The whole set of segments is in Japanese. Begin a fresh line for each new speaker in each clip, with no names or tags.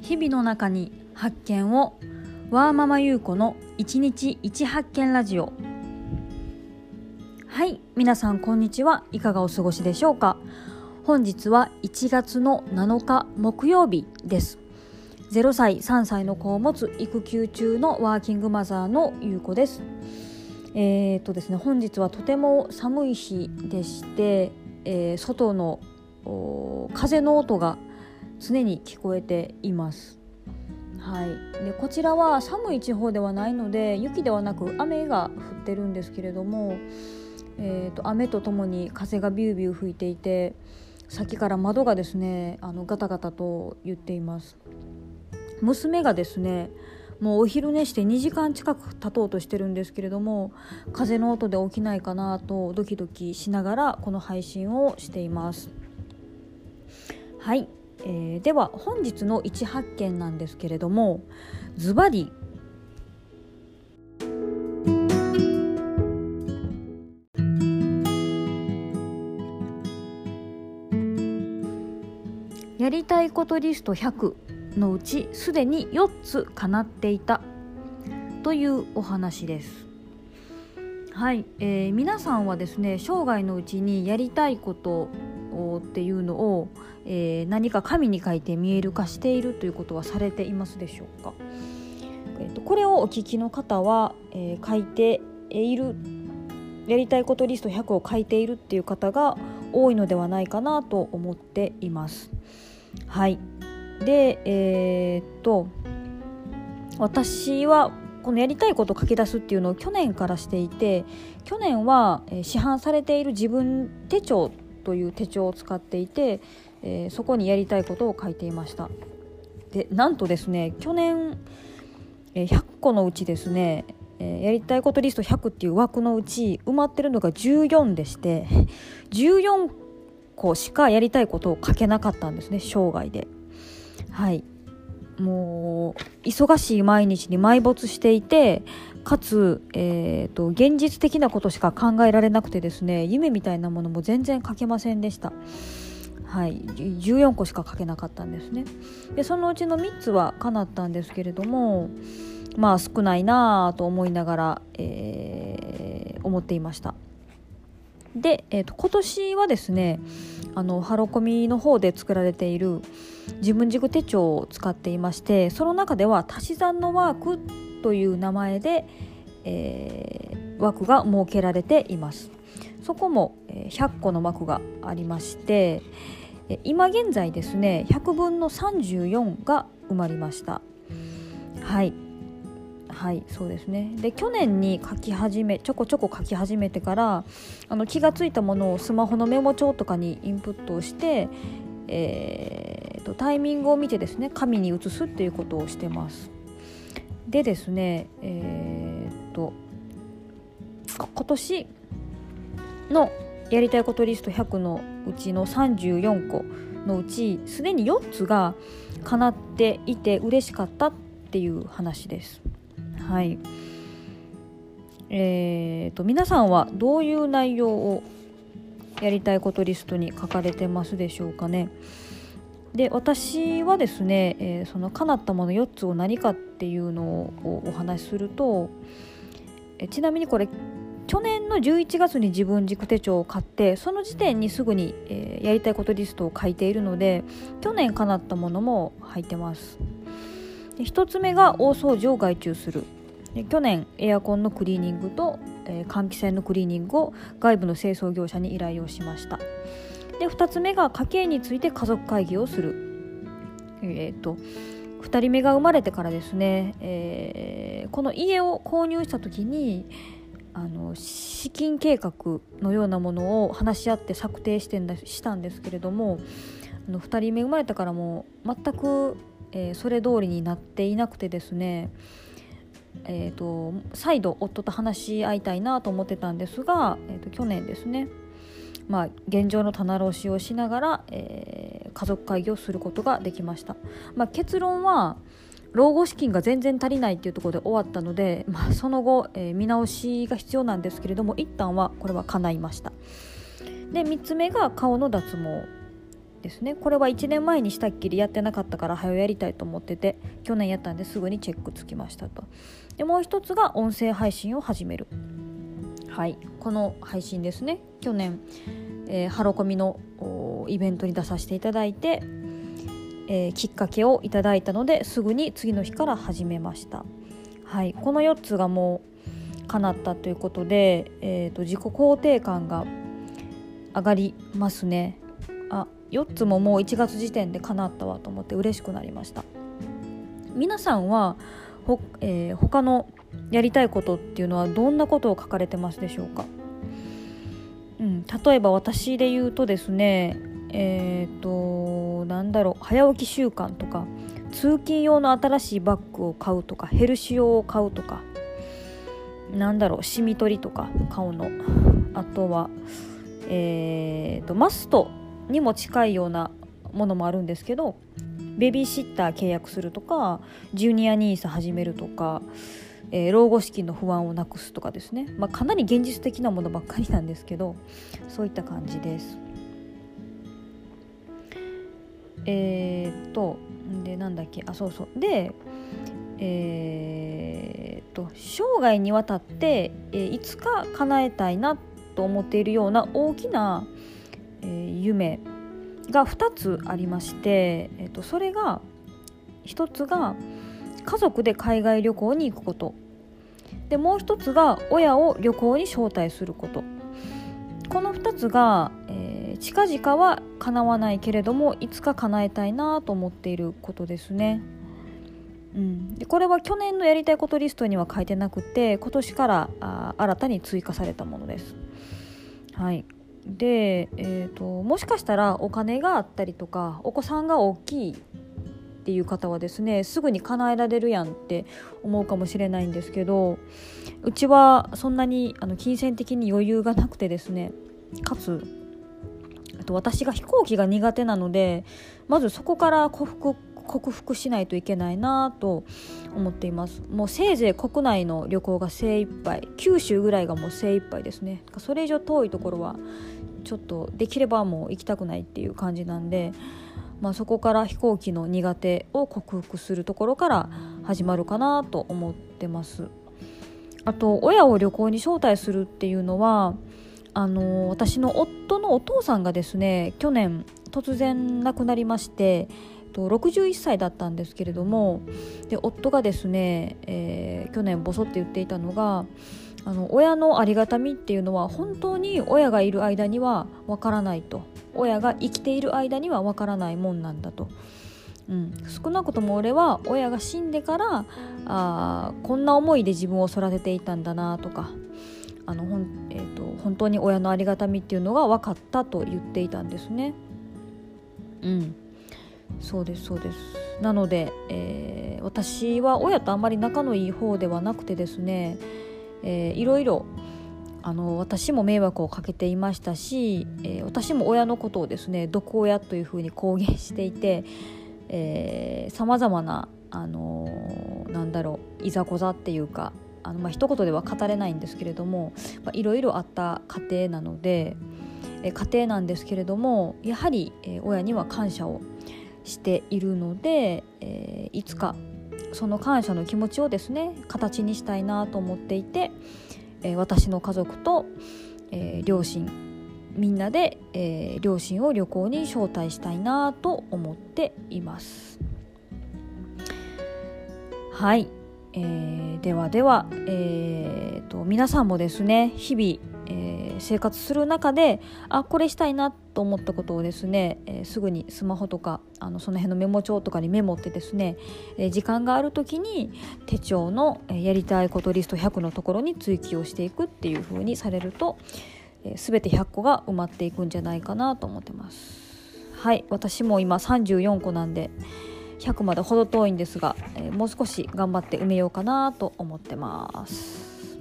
日々の中に発見を、ワーママゆうこの1日1発見ラジオ。はい、皆さんこんにちは。いかがお過ごしでしょうか。本日は1月の7日木曜日です。0歳3歳の子を持つ育休中のワーキングマザーのゆうこです。ですね、本日はとても寒い日でして、外の風の音が常に聞こえています。はい、でこちらは寒い地方ではないので雪ではなく雨が降ってるんですけれども、雨とともに風がビュービュー吹いていて、さっきから窓がですねガタガタと言っています。娘がですねもうお昼寝して2時間近く経とうとしてるんですけれども、風の音で起きないかなとドキドキしながらこの配信をしています。はい、では本日の1発見なんですけれども、ズバリやりたいことリスト100のうちすでに4つ叶っていたというお話です。はい、皆さんはですね生涯のうちにやりたいことっていうのを、何か紙に書いて見える化しているということはされていますでしょうか。これをお聞きの方は、書いている、やりたいことリスト100を書いているっていう方が多いのではないかなと思っています。はい、で私はこのやりたいことを書き出すっていうのを去年からしていて、去年は市販されている自分手帳という手帳を使っていて、そこにやりたいことを書いていました。でなんとですね去年100個のうちですね、やりたいことリスト100っていう枠のうち埋まってるのが14でして、14個しかやりたいことを書けなかったんですね、生涯で。はい、もう忙しい毎日に埋没していて、かつ、現実的なことしか考えられなくてですね、夢みたいなものも全然書けませんでした。はい、14個しか書けなかったんですね。でそのうちの3つは叶ったんですけれども、まあ少ないなと思いながら、思っていました。で、今年はですねハロコミの方で作られている自分軸手帳を使っていまして、その中では足し算のワークという名前で、枠が設けられています。そこも100個の枠がありまして、今現在ですね100分の34が埋まりました。はい、そうですね。で去年にちょこちょこ書き始めてから気がついたものをスマホのメモ帳とかにインプットをして、タイミングを見てですね紙に移すっていうことをしてます。でですね今年のやりたいことリスト100のうちの34個のうちすでに4つが叶っていて嬉しかったっていう話です。はい、皆さんはどういう内容をやりたいことリストに書かれてますでしょうかね。で私はですね、その叶ったもの4つを何かっていうのをお話しすると、ちなみにこれ去年の11月に自分軸手帳を買って、その時点にすぐに、やりたいことリストを書いているので、去年叶ったものも入ってます。で1つ目が大掃除を外注する。で去年エアコンのクリーニングと、換気扇のクリーニングを外部の清掃業者に依頼をしました。で2つ目が家計について家族会議をする。2人目が生まれてからですね、この家を購入した時に資金計画のようなものを話し合って策定したんですけれども、2人目生まれてからも全く、それ通りになっていなくてですね、再度夫と話し合いたいなと思ってたんですが、去年ですね、現状の棚卸しをしながら、家族会議をすることができました。結論は老後資金が全然足りないっていうところで終わったので、その後、見直しが必要なんですけれども、一旦はこれは叶いました。で3つ目が顔の脱毛ですね。これは1年前にしたっきりやってなかったから早やりたいと思ってて、去年やったんですぐにチェックつきましたと。でもう一つが音声配信を始める。はい、この配信ですね。去年、ハロコミのイベントに出させていただいて、きっかけをいただいたのですぐに次の日から始めました。はい、この4つがもう叶ったということで、自己肯定感が上がりますね。4つももう1月時点で叶ったわと思って嬉しくなりました。皆さんは他のやりたいことっていうのはどんなことを書かれてますでしょうか。例えば私で言うとですね、早起き習慣とか、通勤用の新しいバッグを買うとか、ヘルシオを買うとか、シミ取りとか顔の、あとは、マストにも近いようなものもあるんですけど、ベビーシッター契約するとか、ジュニアニーサ始めるとか、老後資金の不安をなくすとかですね、かなり現実的なものばっかりなんですけど、そういった感じです。で生涯にわたって、いつか叶えたいなと思っているような大きな、夢が2つありまして、それが1つが家族で海外旅行に行くことで、もう1つが親を旅行に招待すること。この2つが、近々は叶わないけれどもいつか叶えたいなと思っていることですね。でこれは去年のやりたいことリストには書いてなくて、今年から新たに追加されたものです。はい。で、もしかしたらお金があったりとかお子さんが大きいっていう方はですね、すぐに叶えられるやんって思うかもしれないんですけど、うちはそんなに金銭的に余裕がなくてですね、かつ私が飛行機が苦手なので、まずそこから克服しないといけないなと思っています。もうせいぜい国内の旅行が精一杯、九州ぐらいがもう精一杯ですね。それ以上遠いところはちょっとできればもう行きたくないっていう感じなんで、そこから飛行機の苦手を克服するところから始まるかなと思ってます。あと親を旅行に招待するっていうのは、私の夫のお父さんがですね、去年突然亡くなりまして、61歳だったんですけれども、で夫がですね、去年ボソって言っていたのが、親のありがたみっていうのは本当に親がいる間にはわからないと、親が生きている間にはわからないもんなんだと、少なくとも俺は親が死んでからこんな思いで自分を育てていたんだなとか、本当に親のありがたみっていうのが分かったと言っていたんですね。そうです。なので、私は親とあまり仲のいい方ではなくてですね、いろいろ私も迷惑をかけていましたし、私も親のことをですね毒親というふうに公言していて、さまざまな、いざこざっていうか、一言では語れないんですけれども、いろいろあった家庭なので、家庭なんですけれども、やはり、親には感謝をしているので、いつかその感謝の気持ちをですね形にしたいなと思っていて、私の家族と、両親みんなで、両親を旅行に招待したいなと思っています。はい、では、皆さんもですね日々、生活する中でこれしたいなと思ったことをですね、すぐにスマホとかその辺のメモ帳とかにメモってですね、時間がある時に手帳の、やりたいことリスト100のところに追記をしていくっていう風にされると、全て100個が埋まっていくんじゃないかなと思ってます。はい、私も今34個なんで100までほど遠いんですが、もう少し頑張って埋めようかなと思ってます。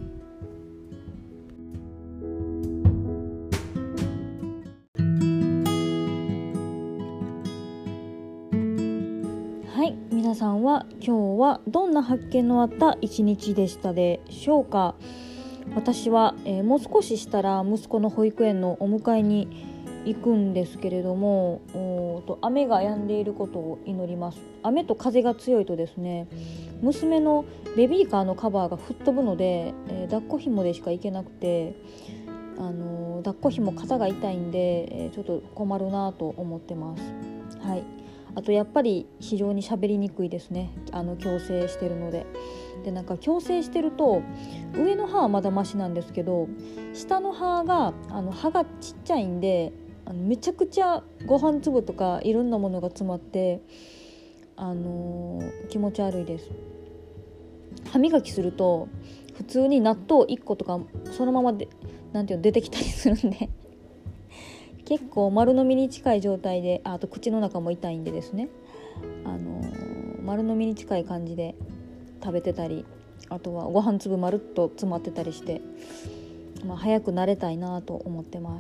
はい、皆さんは今日はどんな発見のあった一日でしたでしょうか。私は、もう少ししたら息子の保育園のお迎えに行くんですけれども、雨が止んでいることを祈ります。雨と風が強いとですね、娘のベビーカーのカバーが吹っ飛ぶので、抱っこ紐でしか行けなくて、抱っこ紐肩が痛いんで、ちょっと困るなと思ってます。はい。あとやっぱり非常に喋りにくいですね、矯正してるので。でなんか矯正してると上の歯はまだマシなんですけど、下の歯が歯がちっちゃいんで、めちゃくちゃご飯粒とかいろんなものが詰まって、気持ち悪いです。歯磨きすると普通に納豆1個とかそのままで出てきたりするんで結構丸飲みに近い状態で、あと口の中も痛いんでですね、丸飲みに近い感じで食べてたり、あとはご飯粒まるっと詰まってたりして、早く慣れたいなと思ってます。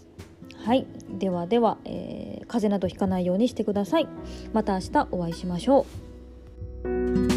はい、ではでは、風邪などひかないようにしてください。また明日お会いしましょう。